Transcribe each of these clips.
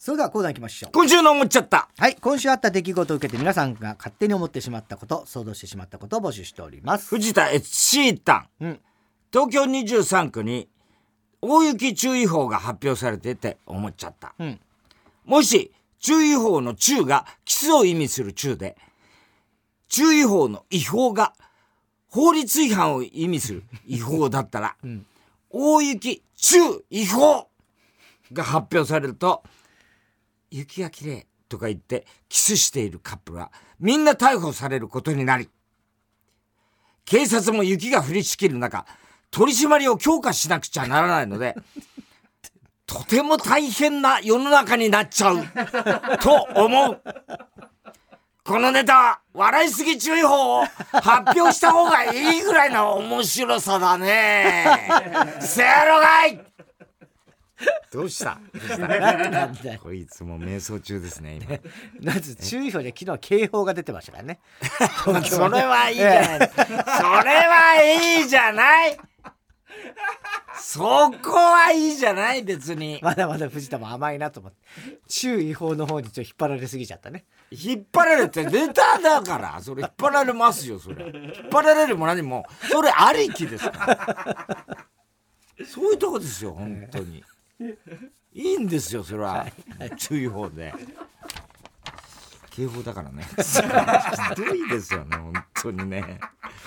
それではコーナー行きましょう。 今週の思っちゃった。 はい、今週あった出来事を受けて皆さんが勝手に思ってしまったこと、想像してしまったことを募集しております。 藤田悦シータン、東京23区に大雪注意報が発表されてて思っちゃった、もし注意報の注がキスを意味する注で、注意報の違法が法律違反を意味する違法だったら、大雪注違法が発表されると、雪が綺麗とか言ってキスしているカップルはみんな逮捕されることになり、警察も雪が降りしきる中取り締まりを強化しなくちゃならないのでとても大変な世の中になっちゃうと思う。このネタは笑いすぎ注意報を発表した方がいいぐらいの面白さだね。せやろがい。どうしたなんだよこいつも瞑想中ですね今。 まず注意報で昨日は警報が出てましたからね。 それはいいじゃない、それはいいじゃない、そこはいいじゃない。別にまだまだ藤田も甘いなと思って、注意報の方にちょっと引っ張られすぎちゃったね。 引っ張られてネタだから、それ引っ張られますよ。それ引っ張られるも何もそれありきですからそういうとこですよ本当に。いいんですよそれは、注意報で警報だからね。ひどいですよね本当にね。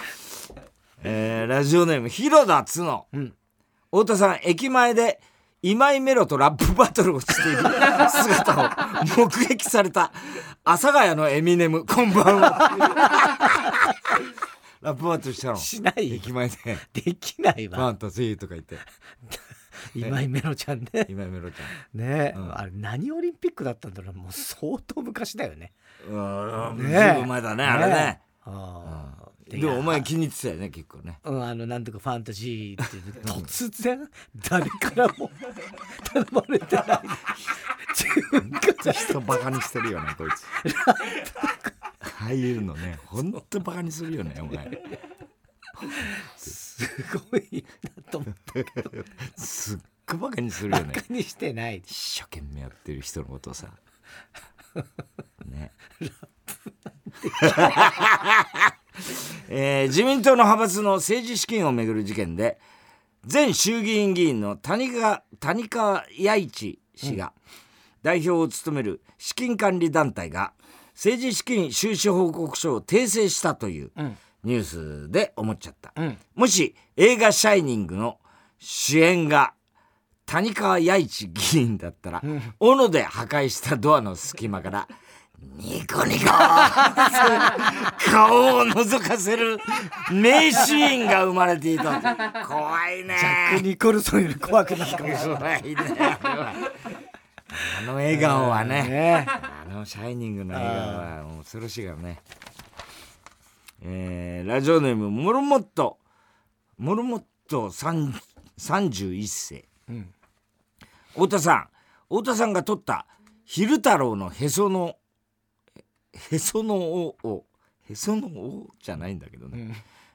ラジオネーム広田つの、太田さん、駅前で今井メロとラップバトルをしている姿を目撃された阿佐ヶ谷のエミネム、こんばんは。ラップバトルしたの？ しないよ、 駅前で。 できないわ。 ファンタジーとか言って今井メロちゃんね。 今井メロちゃんね、あれ何オリンピックだったんだろう。もう相当昔だよね。 ずいぶん前だねあれね。でもお前気に入ってたよね結構ね。 なんとかファンタジーって突然誰からも頼まれてない自分から人バカにしてるよねこいつ。ああいうのねほんとバカにするよねお前。 すごいなと思ったけどすっごいバカにするよね。 バカにしてない。 一生懸命やってる人のことをさね。自民党の派閥の政治資金をめぐる事件で前衆議院議員の谷川弥一氏が代表を務める資金管理団体が政治資金収支報告書を訂正したというニュースで思っちゃった、もし映画シャイニングの主演が谷川弥一議員だったら、斧で破壊したドアの隙間からニコニコ顔を覗かせる名シーンが生まれていた。怖いね。 ジャック・ニコルソンより怖くなるかもしれない。 怖いねあの笑顔はね、あのシャイニングの笑顔はもう恐ろしいからね。ラジオネームモルモット31世、太田さんが撮った昼太郎のへその緒じゃないんだけどね、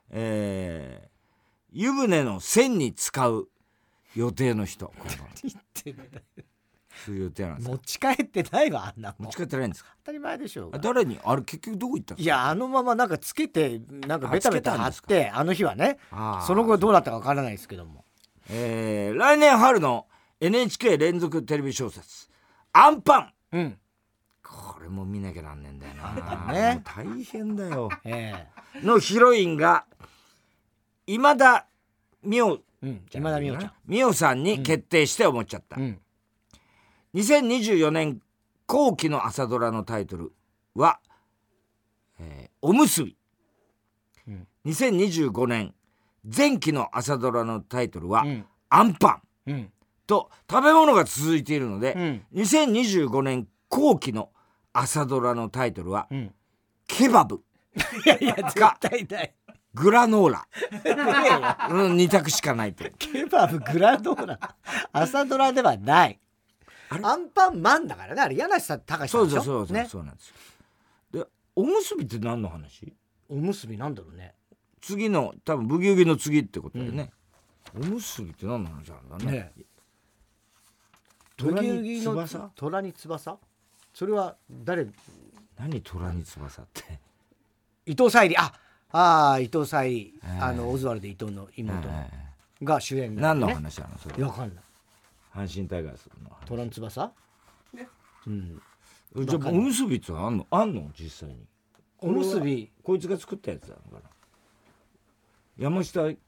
湯船の線に使う予定の人。 言ってんだよ。 そういう予定なんですか？ 持ち帰ってないわあんなもん。 持ち帰ってないんですか？ 当たり前でしょうが。 誰にあれ結局どこ行ったんですか？ いやあのままなんかつけてなんかベタベタ貼っつけたんですてあの日はね。その後どうなったかわからないですけども、 来年春の NHK 連続テレビ小説アンパン、これも見なきゃなんねんだよな、ね、もう大変だよ、のヒロインが今田美桜さんに決定して思っちゃった、2024年後期の朝ドラのタイトルは、おむすび、2025年前期の朝ドラのタイトルは、アンパン、と食べ物が続いているので、2025年後期の朝ドラのタイトルは、ケバブいや絶対ないグラノーラ2択しかないって。 ケバブグラノーラ朝ドラではない。アンパンマンだからねあれ。柳瀬隆さんでしょ。 そうなんですよ。でおむすびって何の話？ おむすびなんだろうね。 次の多分ブギウギの次ってことだよね、おむすびって何の話なんだね。 虎に翼？虎に翼？それは誰？ 何虎に翼って伊藤沙莉。伊藤沙莉、オズワルド伊藤の妹が主演、 何の話なのそれ？ わかんない。 阪神タイガースの虎の翼、 うん、じゃあおむすびってあんの実際に。 おむすびこいつが作ったやつなのかな。山下清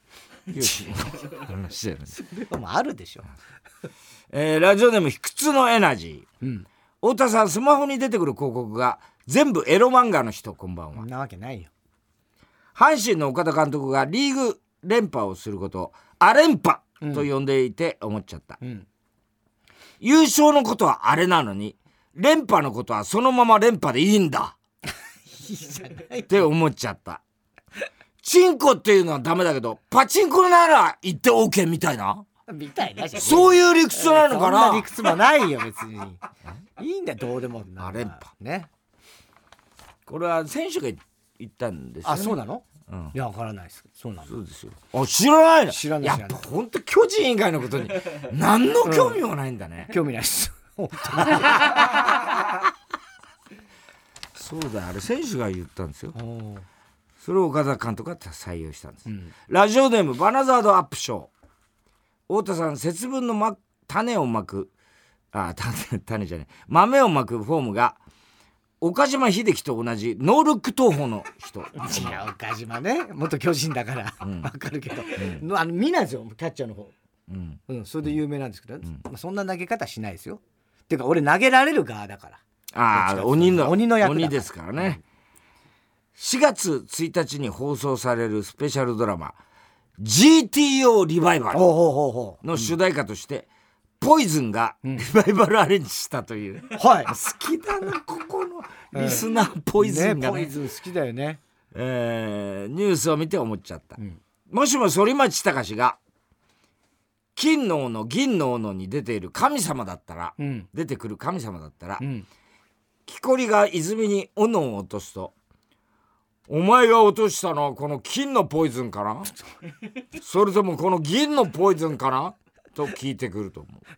話だよね。 それはもうあるでしょ。 ラジオネーム卑屈のエナジー、太田さん、スマホに出てくる広告が全部エロ漫画の人、こんばんは。 なわけないよ。 阪神の岡田監督がリーグ連覇をすることをア連覇と呼んでいて思っちゃった、優勝のことはあれなのに連覇のことはそのまま連覇でいいんだいいじゃないって思っちゃった。チンコっていうのはダメだけどパチンコなら言って OK みたいなそういう理屈なのかな。 そんな理屈もないよ別に。いいんだよどうでも。 連覇ね。 これは選手が言ったんですよね。 そうなの？いや分からないです。そうなの。 そうですよ。知らないの。 知らない。 やっぱ本当巨人以外のことに何の興味もないんだね。 興味ないです。本当に。 そうだ、あれ選手が言ったんですよ。それを岡田監督が採用したんです、ラジオネームバナザードアップショー。太田さん、節分の種をまく種じゃない、豆をまくフォームが岡島秀樹と同じノールック投法の人。 いや岡島ね、元巨人だから分かるけど、見ないですよキャッチャーの方、それで有名なんですけど、そんな投げ方しないですよ。っていうか俺投げられる側だから。 鬼の役だ。 鬼ですからね、4月1日に放送されるスペシャルドラマ GTO リバイバルの主題歌としてポイズンがリバイバルアレンジしたという、好きだなここのリスナー、ポイズンがね、 ポイズン好きだよね。 ニュースを見て思っちゃった、もしも反町隆史が金の斧銀の斧に出ている神様だったら、出てくる神様だったら、木こりが泉に斧を落とすと、お前が落としたのはこの金のポイズンかなそれともこの銀のポイズンかなと聞いてくると思う。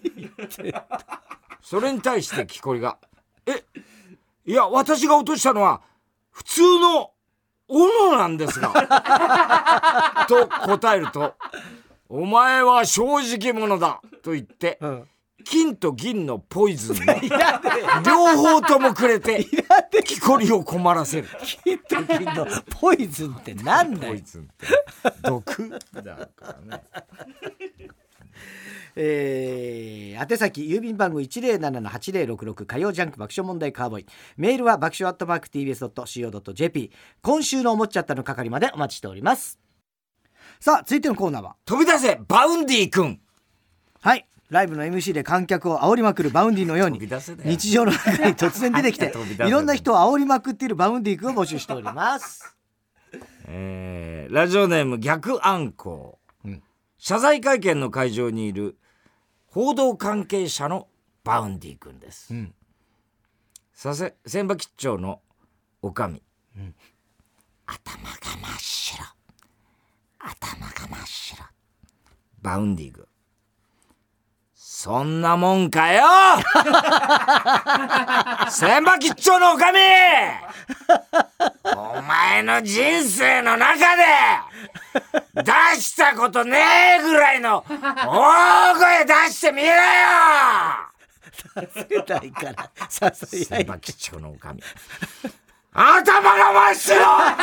それに対して木こりがいや私が落としたのは普通の斧なんですがと答えると、お前は正直者だと言って、金と銀のポイズンの両方ともくれて木こりを困らせる。 金と銀のポイズンってなんだよ。 ポイズンって毒だからね。 宛先郵便番号 107-8066 火曜ジャンク爆笑問題カーボーイ。メールは爆笑@tbs.co.jp。 今週の思っちゃったの係までお待ちしております。さあ続いてのコーナーは飛び出せバウンディ君。 はい、ライブの MC で観客を煽りまくるバウンディのように日常の中に突然出てきていろんな人を煽りまくっているバウンディ君を募集しております。 ラジオネーム逆アンコウ、謝罪会見の会場にいる報道関係者のバウンディ君です、千葉吉兆のおかみ、頭が真っ白、バウンディ君、そんなもんかよ千葉吉兆のおかみお前の人生の中で出したことねえぐらいの大声出してみろよ。 出せないからささやいて。 千葉吉兆のおかみ、頭が真っ白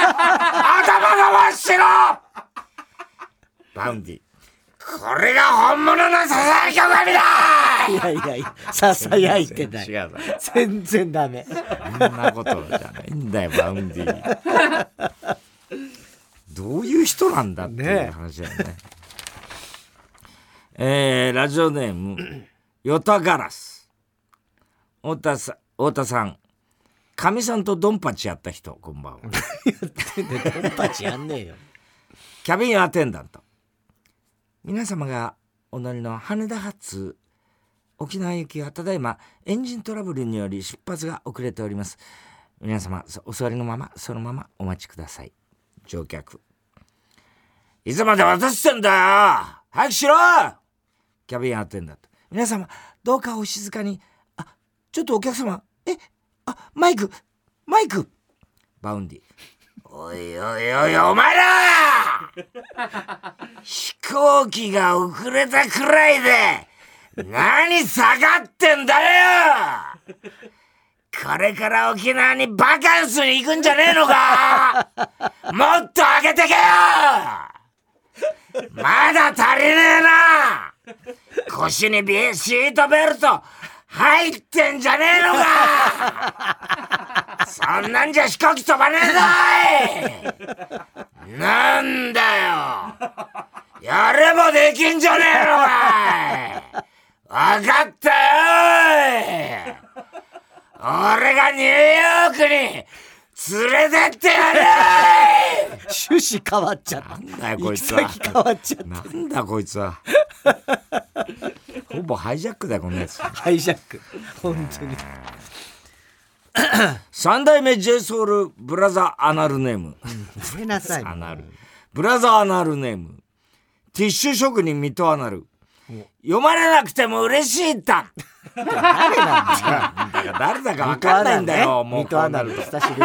バウンディ、これが本物のささやきおかみだ。 いやささやいてない。 違う、 全然ダメ。 そんなことじゃないんだよバウンディ。どういう人なんだっていう話だよね。ラジオネームヨタガラス。太田さん、かみさんとドンパチやった人、こんばんは。 ドンパチやんねえよ。 キャビンアテンダント、皆様がお乗りの羽田発沖縄行きはただいまエンジントラブルにより出発が遅れております。皆様お座りのままそのままお待ちください。乗客、いつまで渡してんだよ、早くしろ。キャビンアテンダント、 皆様どうかお静かに。ちょっとお客様、マイク。バウンディ、おいおいおい、お前ら飛行機が遅れたくらいで何下がってんだよ。これから沖縄にバカンスに行くんじゃねえのか。もっと上げてけよ。まだ足りねえな。腰にシートベルト入ってんじゃねえのか。そんなんじゃ飛行機飛ばねえぞい。なんだよ、やればできんじゃねえのかい。わかったよ。俺がニューヨークに連れてってやる。 趣旨変わっちゃった。 なんだよこいつは。 行き先変わっちゃった。 なんだこいつは。ほぼハイジャックだよこのやつ。 ハイジャック、本当に。 三代目 JSOUL ブラザーアナルネーム、 ごめんなさい。 アナルブラザーアナルネーム、ティッシュ職人水戸アナル。読まれなくても嬉しいた。 誰なんだよ。 誰だか分かんないんだよ。もう水戸アナル久しぶり。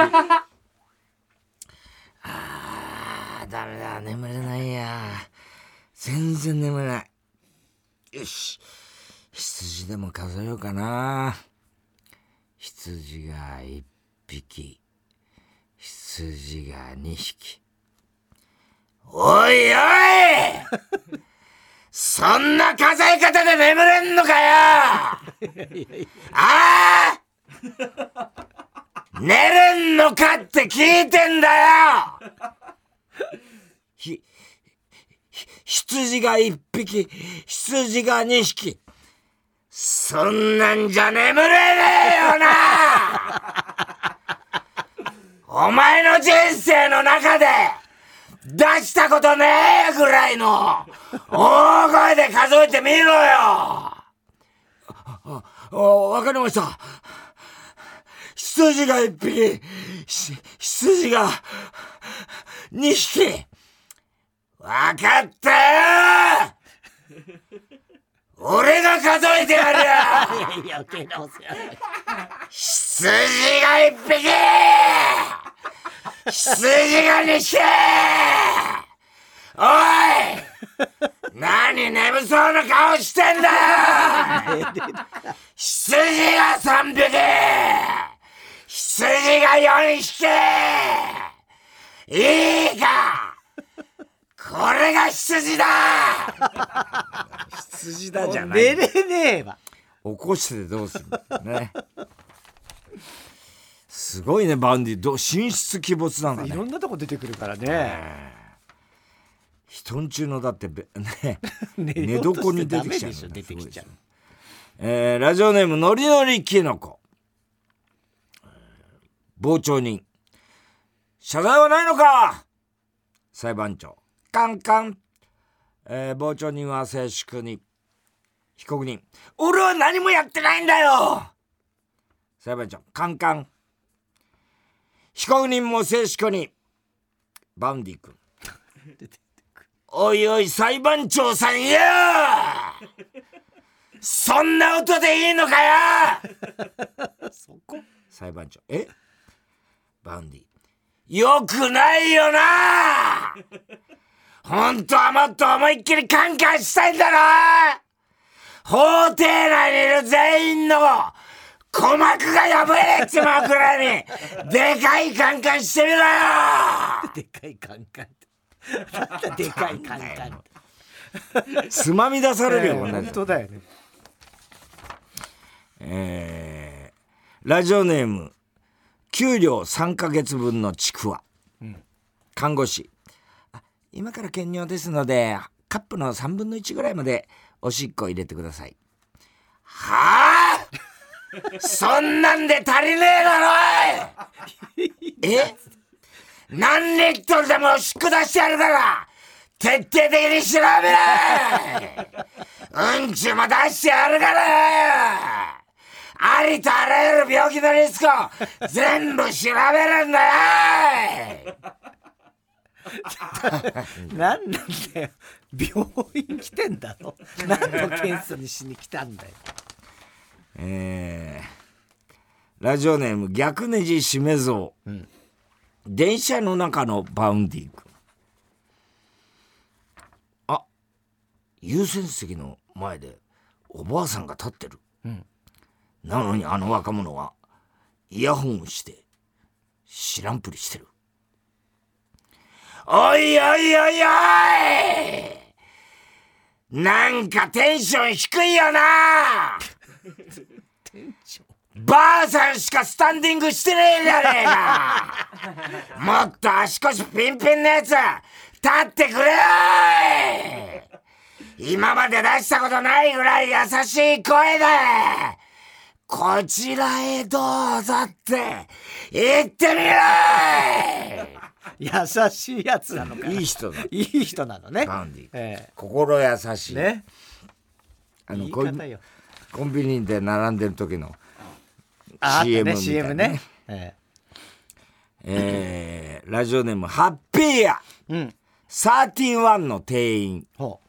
ダメだ、眠れないや。全然眠れない。よし、羊でも数えようかな。羊が1匹、羊が2匹。おいおいそんな数え方で眠れんのかよ。寝れんのかって聞いてんだよ。羊が1匹、羊が2匹。そんなんじゃ眠れねえよな。お前の人生の中で出したことねえぐらいの大声で数えてみろよ。わかりました。羊が1匹、羊が2匹。わかったよ。俺が数えてやるよ。 余計なお世話。 羊が1匹、羊が2匹。おい、何眠そうな顔してんだよ。羊が3匹、羊が4匹。いいか、これが羊だ。羊だじゃない。 寝れねえわ。 起こしててどうするね。すごいねバンディ。寝室鬼没なんだね。 いろんなとこ出てくるからね。 人んちのだってね寝床に出てきちゃう。 出てきちゃう。 ラジオネームのりのりきのこ。傍聴人、謝罪はないのか。裁判長、カンカン。傍聴人は静粛に。被告人、俺は何もやってないんだよ。裁判長、カンカン。被告人も静粛に。バウンディ君、おいおい裁判長さんよ、そんな音でいいのかよ。 そこ。 裁判長、バウンディ、よくないよな。本当はもっと思いっきりカンカンしたいんだろ。法廷内にいる全員の鼓膜が破れちまうくらいにでかいカンカンしてみろよ。 でかいカンカンって。なんだでかいカンカンって。 つまみ出されるよ、 本当だよね。 ラジオネーム、給料3ヶ月分のちくわ。看護師、今から検尿ですのでカップの3分の1ぐらいまでおしっこ入れてください。はあそんなんで足りねえだろい。何リットルでもおしっこ出してやるから徹底的に調べろ。うんちも出してやるから。ありとあらゆる病気のリスクを全部調べるんだよ。 なんなんだよ。 病院来てんだろ。何の検査にしに来たんだよ。 ラジオネーム逆ネジしめぞう、電車の中のバウンディ君。あ、優先席の前でおばあさんが立ってる、なのにあの若者はイヤホンをして知らんぷりしてる。おいおいおいおい、なんかテンション低いよな。ばあさんしかスタンディングしてねえじゃねえか。もっと足腰ピンピンのやつ立ってくれよ。今まで出したことないぐらい優しい声でこちらへどうぞって言ってみろ。 優しいやつなのか。 いい人だ。 いい人なのね。 バウンディ、心優しいね。 言い方よ。 コンビニで並んでる時の CM みたいなね。 ラジオネームハッピーや、31の店員。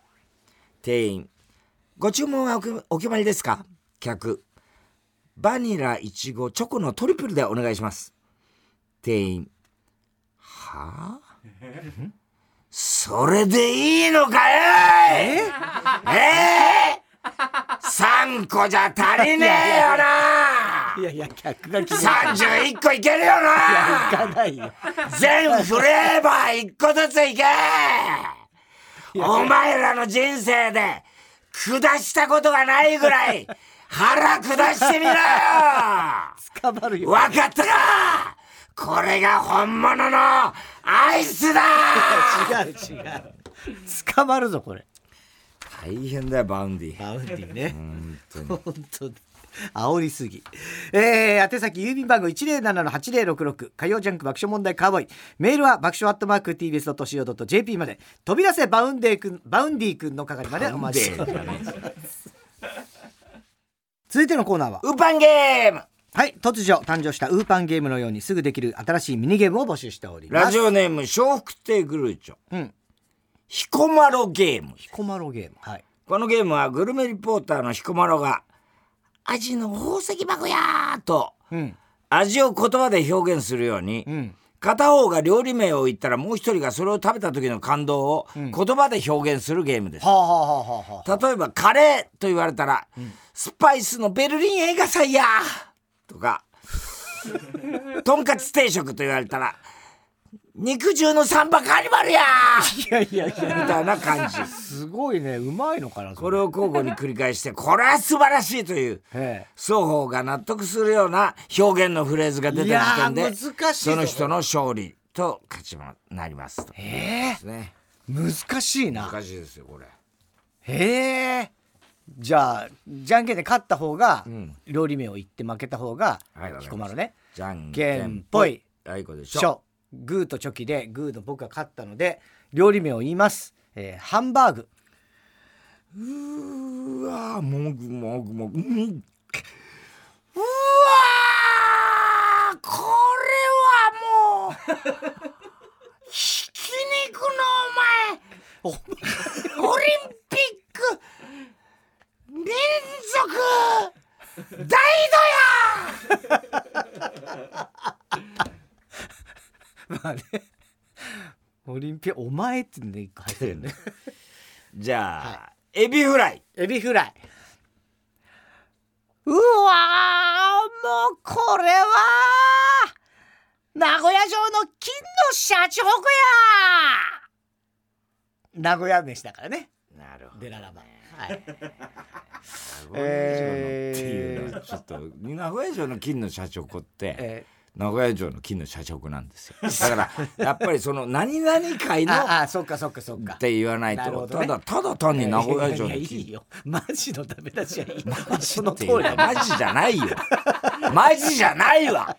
ご注文はお決まりですか。客、バニラいちごチョコのトリプルでお願いします。店員、はあそれでいいのかよ。3個じゃ足りねえよな。 いやいや、客が 31個いけるよな。 いや、いかないよ。 全フレーバー1個ずついけ。お前らの人生で下したことがないぐらい腹下してみろよ。 捕まるよ。 分かったか。これが本物のアイスだ。 違う捕まるぞこれ。 大変だよバウンディ。 バウンディね。 本当に煽りすぎ。宛先郵便番号 107-8066 火曜ジャンク爆笑問題カーボーイ。メールは爆笑@tbs.co.jp まで。飛び出せバウンディ君の係までお待ちしております。続いてのコーナーはウーパンゲーム。 はい、突如誕生したウーパンゲームのようにすぐできる新しいミニゲームを募集しております。 ラジオネーム笑福亭グルーチョ、彦摩呂ゲーム。 彦摩呂ゲーム、はい、 このゲームはグルメリポーターの彦摩呂が味の宝石箱やーと、味を言葉で表現するように、片方が料理名を言ったらもう一人がそれを食べた時の感動を言葉で表現するゲームです。例えばカレーと言われたら、スパイスのベルリン映画祭やとかとんかつ定食と言われたら肉汁のサンバカーニバルやいやみたいな感じ。 すごいね、うまいのかな。 これを交互に繰り返してこれは素晴らしいという双方が納得するような表現のフレーズが出た時点でその人の勝利と勝ちになりますと。 難しいな。 難しいですよこれ。 じゃあじゃんけんで勝った方が料理名を言って負けた方が彦摩呂ね。 じゃんけんぽい。あいこでしょ。 グーとチョキでグーの僕が勝ったので料理名を言います。ハンバーグ。 うわもぐもぐもぐ、うわこれはもうひき肉のお前オリンピック連続大度やまあね、オリンピックお前ってね一個入ってるね。 じゃあ、エビフライ。 エビフライ。うわー、もうこれは名古屋城の金のシャチホコや。名古屋飯だからね。 なるほど、 デララバ。はい。 名古屋城のっていうのはちょっと名古屋城の金のシャチホコって。名古屋城の金のシャチホコなんですよ。だからやっぱりその何々界のそっかって言わないと、ただ単に名古屋城の金。 いいよ、マジのダメ出しはいい。 マジっていうかマジじゃないよ。マジじゃないわ。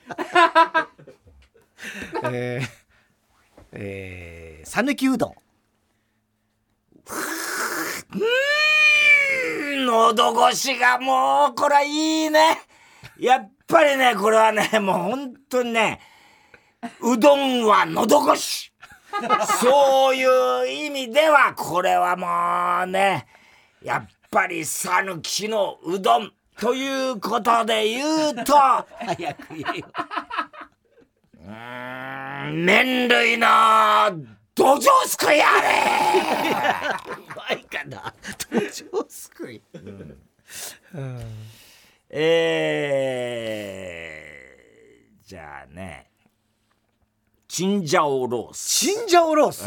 讃岐うどん。 喉越しがもうこれいいね。やっぱりねこれはねもう本当にねうどんは喉越し。 そういう意味ではこれはもうね、やっぱり讃岐のうどんということで言うと早く言えよ。麺類の土壌すくいあれうまいかな土壌すくい、 じゃあね、チンジャオロース。 チンジャオロース、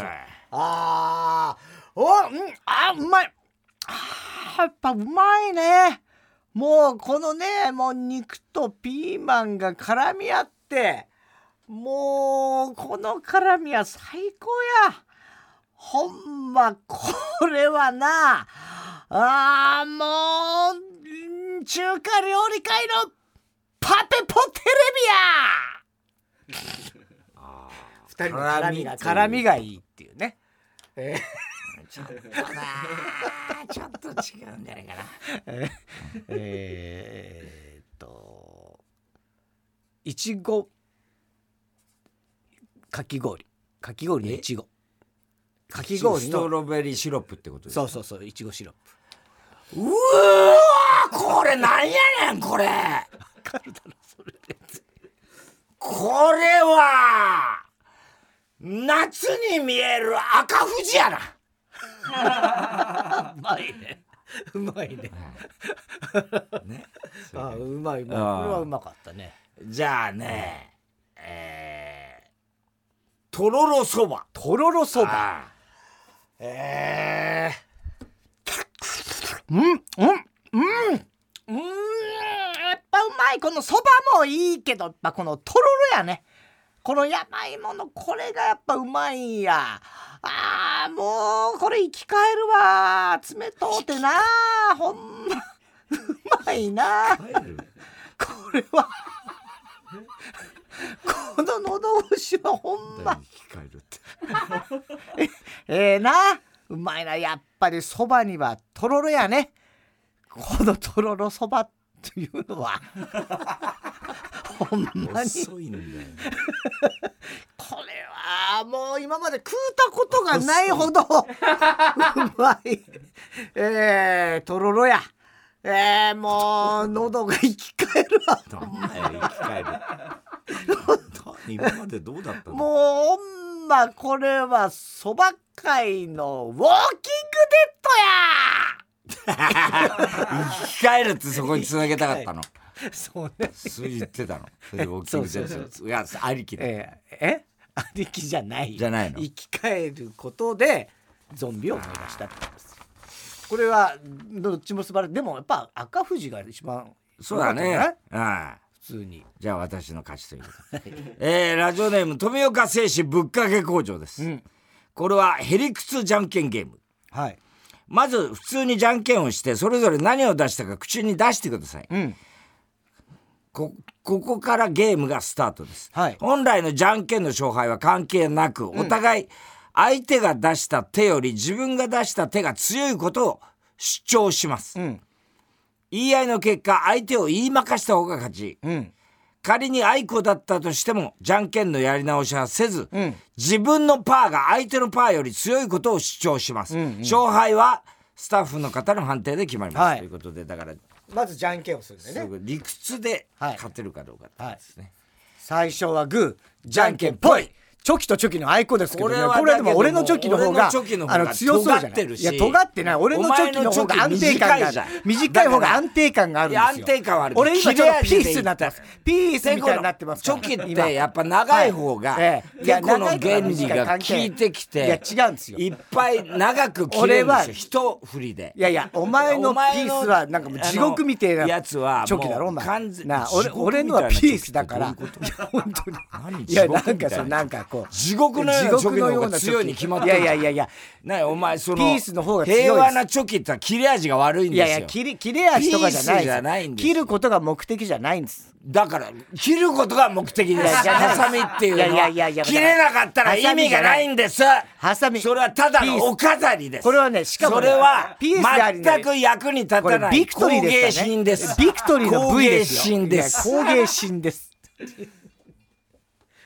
うまい。やっぱうまいね。もうこのね、もう肉とピーマンが絡み合って、もうこの絡みは最高や。ほんまこれはな、もう中華料理界のパペポテレビや。二人の絡みがいいっていうね。 ちょっとなちょっと違うんじゃないかな。 いちごかき氷のいちごかき氷のストロベリーシロップってことですか。 そういちごシロップ。 うわこれなんやねんこれ。わかるだろそれ。 これは夏に見える赤富士やな。 うまいね。うまいね。ね。うまい。これはうまかったね。 じゃあね、とろろそば。 やっぱうまい。このそばもいいけど、やっぱこのとろろやね。この山芋のこれがやっぱうまいんや。もうこれ生き返るわ。冷とうてな、ほんまうまいな。これはこの喉越しはほんま生き返るってな、うまいな。やっぱりそばにはとろろやね。このとろろそばっていうのはほんまに遅いんだよ。 これはもう今まで食うたことがないほどうまい、とろろや。もう喉が生き返るわ。 生き返る今までどうだったの。 もうほんまこれはそば界のウォーキングデッドや。 生き返るってそこにつなげたかったの。 そうね。 そう言ってたの。それでウォーキングデッド。いやありきで。 ありきじゃない。 じゃないの。 生き返ることでゾンビを思い出したってことです。これはどっちも素晴らしい。でもやっぱ赤富士が一番そうだね。 普通に。 じゃあ私の勝ちということで。ラジオネーム富岡製紙ぶっかけ工場です。これはへりくつじゃんけんゲーム。 はい。 まず普通にじゃんけんをしてそれぞれ何を出したか口に出してください。ここからゲームがスタートです、本来のじゃんけんの勝敗は関係なく、お互い相手が出した手より自分が出した手が強いことを主張します、言い合いの結果相手を言いまかした方が勝ち、仮にあいこだったとしてもじゃんけんのやり直しはせず、自分のパーが相手のパーより強いことを主張します、勝敗はスタッフの方の判定で決まります、ということで、だからまずじゃんけんをするんだよね。 理屈で勝てるかどうかですね、 最初はグーじゃんけんぽい。チョキとチョキのあいこですけどね。これでも俺のチョキの方が強そうじゃない。いや尖ってない。俺のチョキの方が安定感がある。短い方が安定感があるんですよ。 安定感はある。 俺今ちょっとピースになってます。ピースみたいになってますから。 チョキってやっぱ長い方が結構の原理が効いてきて、 いや違うんですよ。 いっぱい長く切れるんですよ。一振りで。 いやお前のピースはなんかもう地獄みたいなやつはチョキだろお前。 な俺のはピースだから。いや本当に。いやなんかこう地獄のチョキの方が強いに決まってる。 いやなお前そのピースの方が強い。 平和なチョキって切れ味が悪いんですよ。 いや切れ味とかじゃないんです。切ることが目的じゃないんです。 だから切ることが目的です。ハサミっていうのは切れなかったら意味がないんです。 ハサミそれはただのお飾りです。 これはねしかもそれは全く役に立たない工芸品です。 ビクトリーの V ですよ。 工芸品です。 工芸品です。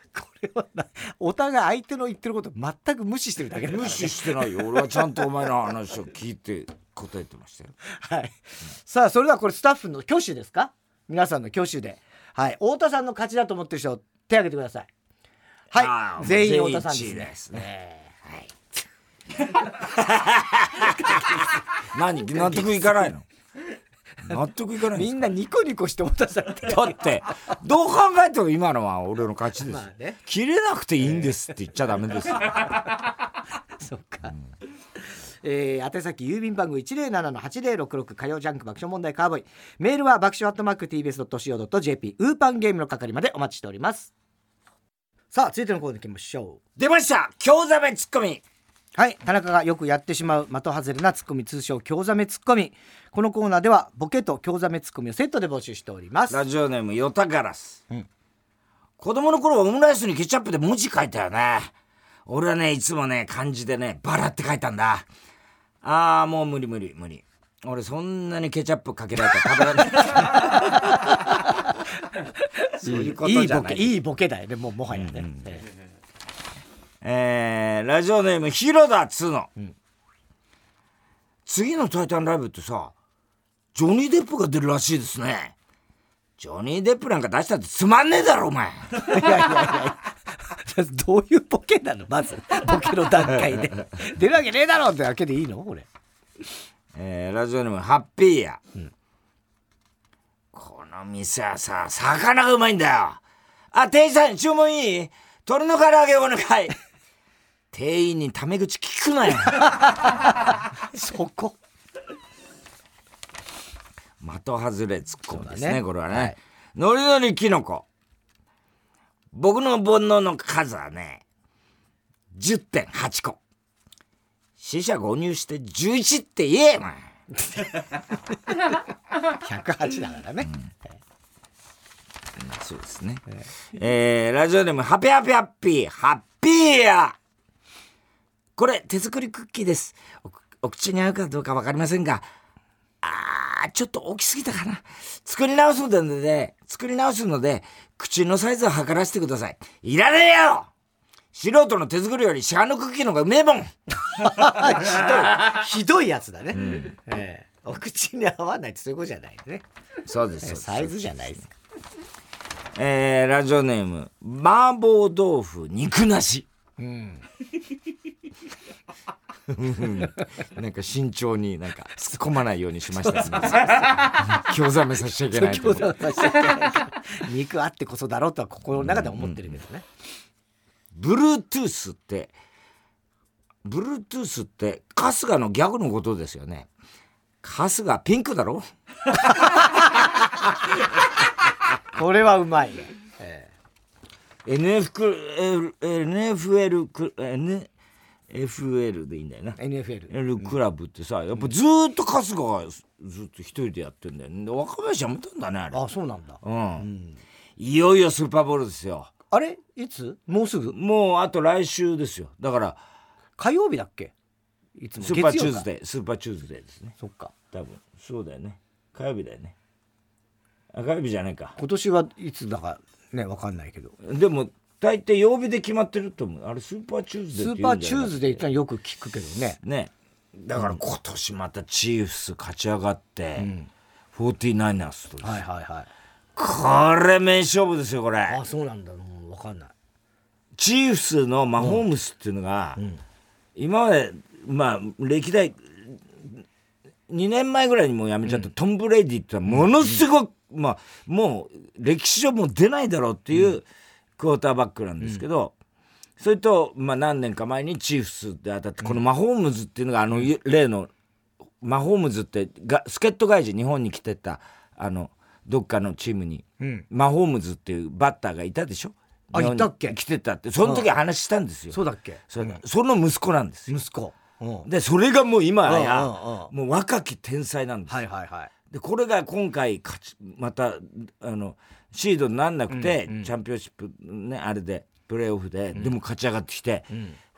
これはお互い相手の言ってること全く無視してるだけだから、ね、 無視してないよ。俺はちゃんとお前の話を聞いて答えてましたよ。 はい、さあそれではこれスタッフの挙手ですか、皆さんの挙手で、はい、太田さんの勝ちだと思ってる人手挙げてください。はい、全員太田さんですね。 何納得いかないの？納得いかないんですか？ みんなニコニコして太田さんってだってどう考えても今のは俺の勝ちです、まあね、切れなくていいんですって言っちゃダメですよ。 そっか、宛先郵便番号 107-8066 火曜ジャンク爆笑問題カーボーイ、メールは爆笑@tbs.co.jp ウーパンゲームの係までお待ちしております。さあ続いてのコーナー行きましょう。 出ました、興ざめツッコミ。 はい、田中がよくやってしまう的外れなツッコミ、通称興ざめツッコミ。このコーナーではボケと興ざめツッコミをセットで募集しております。 ラジオネームヨタガラス、子供の頃はオムライスにケチャップで文字書いたよね。俺はねいつもね漢字でねバラって書いたんだ。もう無理。俺そんなにケチャップかけられたら食べられないそういうことじゃない。 いいボケだよね、もはやね、 ラジオネーム広田つの、次のタイタンライブってさジョニー・デップが出るらしいですね。ジョニー・デップなんか出したってつまんねえだろお前。いやどういうボケなの、まずボケの段階で出るわけねえだろってだけでいいのこれ。 ラジオネームハッピーや、この店はさ魚がうまいんだよ。店員さん注文いい？鶏の唐揚げお願い。店員にタメ口聞くなよ。 そこ的外れツッコミですね、これはね、 はい、 ノリノリキノコ。僕の煩悩の数はね 10.8 個。死者誤入して11って言えよ、 108だからね、 そうですね、ラジオネームハピハピハッピーハッピーや。これ手作りクッキーです。 お口に合うかどうか分かりませんがちょっと大きすぎたかな。作り直すので口のサイズを測らせてください。いらねえよ、素人の手作りより市販のクッキーの方がうめえもん。 ひどいやつだね、お口に合わないってそういうことじゃないね。 そうです、 サイズじゃないですか。 ラジオネーム麻婆豆腐肉なし、なんか慎重になんか突っ込まないようにしましたね。興ざめさせちゃいけないと思う。 肉あってこそだろうとは心の中で思ってるけどね。 Bluetooth って春日のギャグのことですよね。春日ピンクだろ。 これはうまいね。 NFL でいいんだよな。 NFL クラブってさやっぱずーっと春日がずっと一人でやってんだよね。若林やめたんだねあれ。 そうなんだ、 いよいよスーパーボールですよ。 あれいつ？もうすぐ？ もうあと来週ですよ。だから火曜日だっけ？いつもスーパーチューズデーですね。 そっか、 多分そうだよね。火曜日だよね。火曜日じゃないか。 今年はいつだかね分かんないけど、 でも大体曜日で決まってると思う。あれスーパーチューズデーって言うんじゃないか。 スーパーチューズデーってのはよく聞くけどね。 だから今年またチーフス勝ち上がって、49ers と、これ名勝負ですよこれ。 そうなんだ、もう分かんない。 チーフスのマホームスっていうのが、今まで歴代2年前ぐらいにもう辞めちゃった、トム・ブレイディってのはものすごく、もう歴史上もう出ないだろうっていうクォーターバックなんですけど、それと、何年か前にチーフスで当たって、このマホームズっていうのが例のマホームズって助っ人外人日本に来てたどっかのチームに、マホームズっていうバッターがいたでしょ。 いたっけ？ 来てたってその時話したんですよ。 そうだっけ？ その息子なんですよ。 息子でそれがもう今やもう若き天才なんですよ。でこれが今回またシードになんなくて、チャンピオンシップねあれでプレーオフで、でも勝ち上がってきて、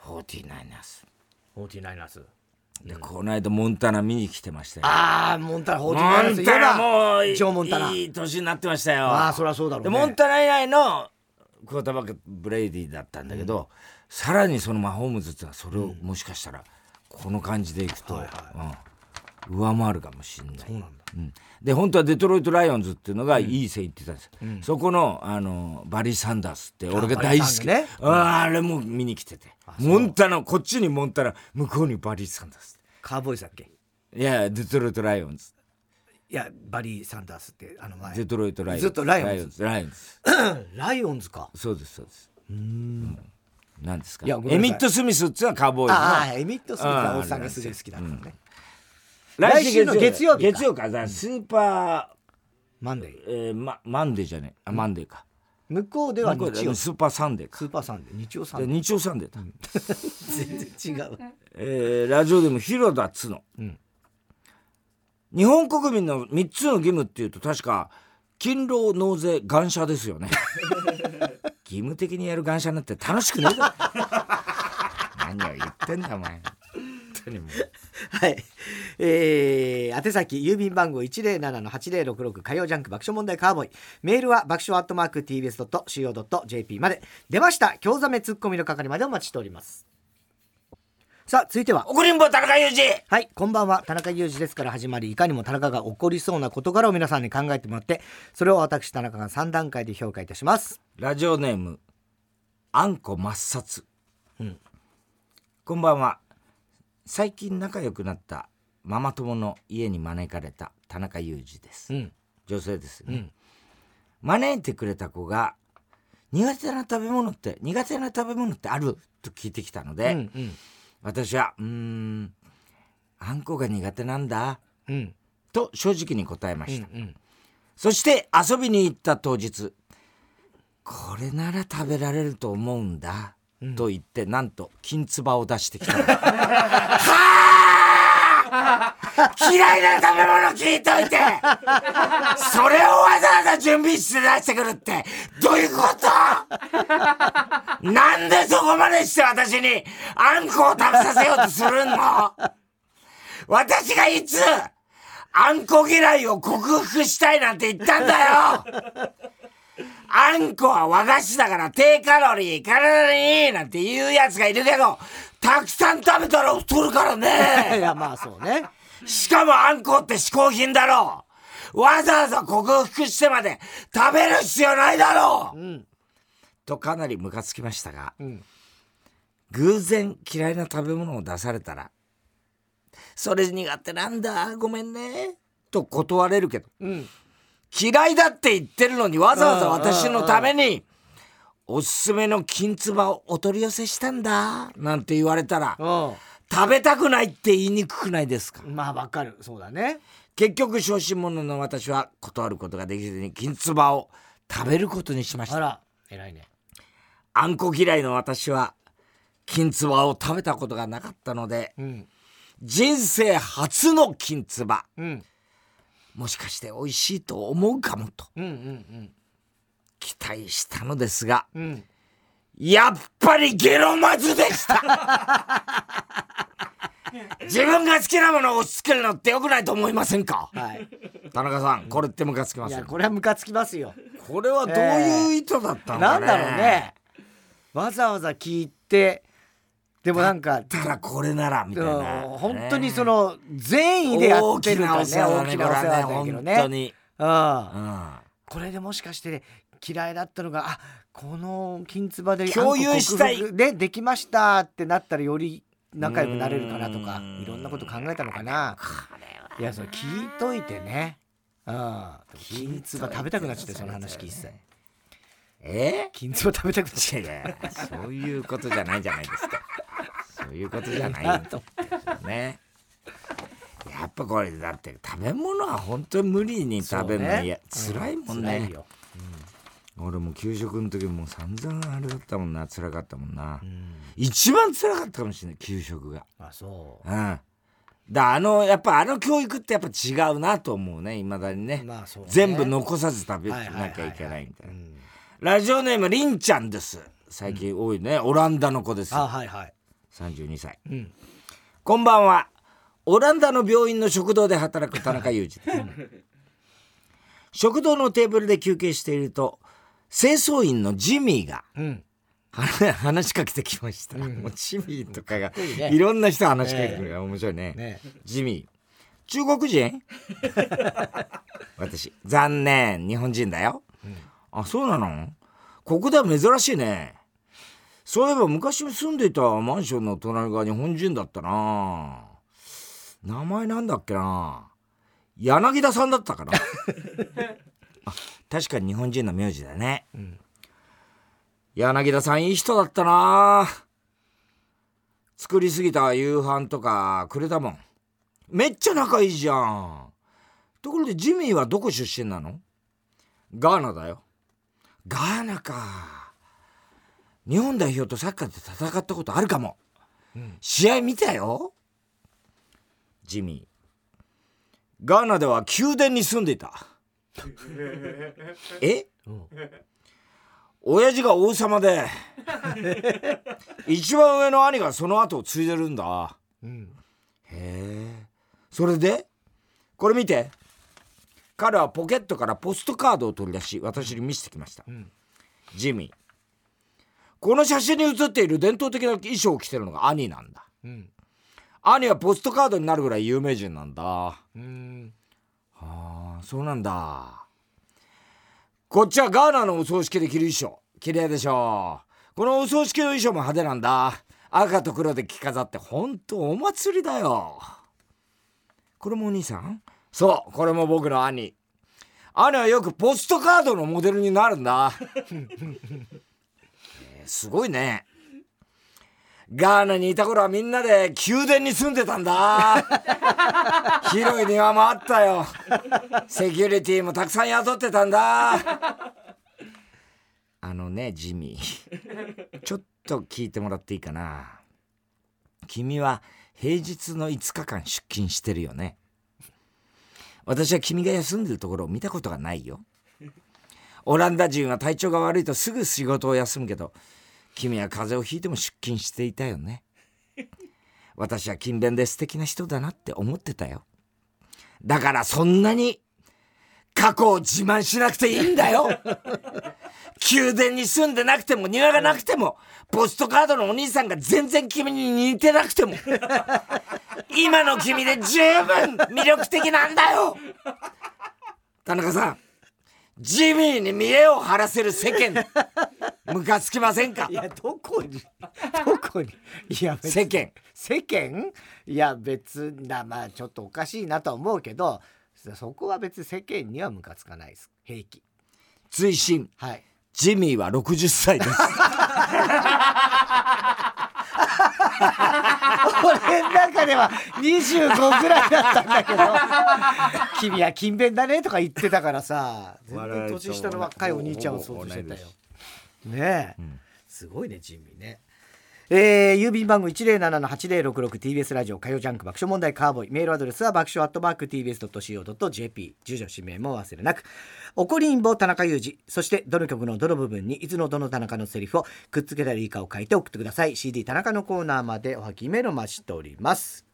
49ers でこの間モンタナ見に来てましたよ。 モンタナ49ers モンタナもうジョーモンタナいい年になってましたよ。 そりゃそうだろうね。 でモンタナ以来のクォーターバックブレイディだったんだけど、さらにそのマホームズってのはそれをもしかしたらこの感じでいくと、上回るかもしれない。そうなんだ、で本当はデトロイトライオンズっていうのがいい線いってたんです、そこの、バリー・サンダースって俺が大好き、ね、あれも見に来てて、モンタナこっちにモンタナ向こうにバリー・サンダース、 カーボーイズだっけ？ いやデトロイトライオンズ、 いやバリー・サンダースって前デトロイトライオンズ、 ずっとライオンズライオンズか。 そうですそうです。何ですか？エミット・スミスっていうのはカーボーイズの。 ああエミット・スミスはおっさんがすげえ好きだったのね。 来週の月曜日かスーパーマンデー、 マンデーじゃねえ、マンデーか。 向こうでは日曜、 スーパーサンデーか。 スーパーサンデー、日曜サンデー、 日曜サンデーだ、 全然違う。 ラジオでも広田つの、日本国民の3つの義務っていうと確か勤労納税願車ですよね。義務的にやる願車なんて楽しくねえだろ。何を言ってんだお前。 はい、宛先郵便番号 107-8066 火曜ジャンク爆笑問題カーボーイ、メールは爆笑@tbs.co.jp まで。出ました京ざめツッコミの係までお待ちしております。さあ続いては怒りんぼ田中裕二。 はい、こんばんは。田中裕二ですから始まり、いかにも田中が起こりそうな事柄を皆さんに考えてもらって、それを私田中が3段階で評価いたします。 ラジオネームあんこ抹殺、こんばんは。最近仲良くなったママ友の家に招かれた田中裕二です、女性ですね、招いてくれた子が苦手な食べ物ってあると聞いてきたので、私はあんこが苦手なんだ、と正直に答えました、そして遊びに行った当日、これなら食べられると思うんだ、と言ってなんと金唾を出してきた。はぁ嫌いな食べ物聞いといてそれをわざわざ準備して出してくるってどういうこと？なんでそこまでして私にあんこを食べさせようとするの？私がいつあんこ嫌いを克服したいなんて言ったんだよ。あんこは和菓子だから低カロリー、体にいいなんて言うやつがいるけど、たくさん食べたら太るからね。 いやまあそうね。 しかもあんこって嗜好品だろう。わざわざ克服してまで食べる必要ないだろう、とかなりムカつきましたが、偶然嫌いな食べ物を出されたら、それ苦手なんだごめんねと断れるけど、嫌いだって言ってるのにわざわざ私のためにおすすめの金唾をお取り寄せしたんだなんて言われたら、食べたくないって言いにくくないですか？ まあわかる。そうだね。 結局小心者の私は断ることができずに金唾を食べることにしました。 あら偉いね。 あんこ嫌いの私は金唾を食べたことがなかったので、人生初の金唾、もしかして美味しいと思うかもと、期待したのですが、やっぱりゲロまずでした。自分が好きなものを押し付けるのって良くないと思いませんか？田中さん、これってムカつきますよ。 いやこれはムカつきますよ。 これはどういう意図だったのかね。 なんだろうね。わざわざ聞いて、でもなんかだったらこれならみたいな、 本当にその善意でやってるからね。大きなお世話だけどね。 本当に、 これでもしかして嫌いだったのが、この金唾で共有したいできましたってなったらより仲良くなれるかなとか、いろんなこと考えたのかな。いやそれ聞いといてね。金唾食べたくなっちゃって、その話聞いて金唾食べたくなっちゃって。 そういうことじゃないじゃないですか。そういうことじゃないとね。やっぱこれだって食べ物は本当に無理に食べるのに辛いもんね。俺も給食の時も散々あれだったもんな、辛かったもんな、一番辛かったかもしれない、給食が。 そう。 だやっぱ教育ってやっぱ違うなと思うね、いまだにね。全部残さず食べなきゃいけないみたいな。ラジオネームりんちゃんです。最近多いね、オランダの子です。32歳、こんばんは。オランダの病院の食堂で働く田中裕二です。食堂のテーブルで休憩していると、 清掃員のジミーが、話しかけてきました、もうジミーとかがいろんな人話しかけてくるから面白いね。ジミー、中国人私、残念、日本人だよ。あ、そうなの？ここでは珍しいね。そういえば昔住んでいたマンションの隣が日本人だったな。名前なんだっけな、柳田さんだったかなあ、確かに日本人の名字だね、柳田さんいい人だったな。作りすぎた夕飯とかくれたもん。めっちゃ仲いいじゃん。ところでジミーはどこ出身なの？ガーナだよ。ガーナか。日本代表とサッカーで戦ったことあるかも、試合見たよ。ジミー、ガーナでは宮殿に住んでいた。え？親父が王様で一番上の兄がその後を継いでるんだ、へえ。それでこれ見て。彼はポケットからポストカードを取り出し私に見せてきました、ジミー、この写真に写っている伝統的な衣装を着てるのが兄なんだ、兄はポストカードになるぐらい有名人なんだ。はあ、そうなんだ。こっちはガーナのお葬式で着る衣装、綺麗でしょ。このお葬式の衣装も派手なんだ。赤と黒で着飾ってほんとお祭りだよ。これもお兄さん？そう、これも僕の兄。兄はよくポストカードのモデルになるんだすごいね。ガーナにいた頃はみんなで宮殿に住んでたんだ広い庭もあったよ。セキュリティもたくさん雇ってたんだ。あのね、ジミーちょっと聞いてもらっていいかな。君は平日の5日間出勤してるよね。私は君が休んでるところを見たことがないよ。オランダ人は体調が悪いとすぐ仕事を休むけど、君は風邪をひいても出勤していたよね。私は勤勉で素敵な人だなって思ってたよ。だからそんなに過去を自慢しなくていいんだよ宮殿に住んでなくても庭がなくてもポストカードのお兄さんが全然君に似てなくても今の君で十分魅力的なんだよ。田中さん、ジミーに見栄を張らせる世間ムカつきませんか？ いや、どこにいや、 世間いや別だ、まあちょっとおかしいなとは思うけど、そこは別に世間にはムカつかないです。平気。 追伸、 はい、 ジミーは60歳です俺の中では25ぐらいだったんだけど君は勤勉だねとか言ってたからさ、全然年下の若いお兄ちゃんを想像してたよねえ、すごいねジミーね。郵便番号 107-8066 TBS ラジオ火曜ジャンク爆笑問題カーボーイ。メールアドレスは爆笑@tbs.co.jp。 住所氏名も忘れなく。怒りんぼ田中裕二、そしてどの曲のどの部分にいつのどの田中のセリフをくっつけたらいいかを書いて送ってください。 CD 田中のコーナーまでおはぎメールを待ちしております。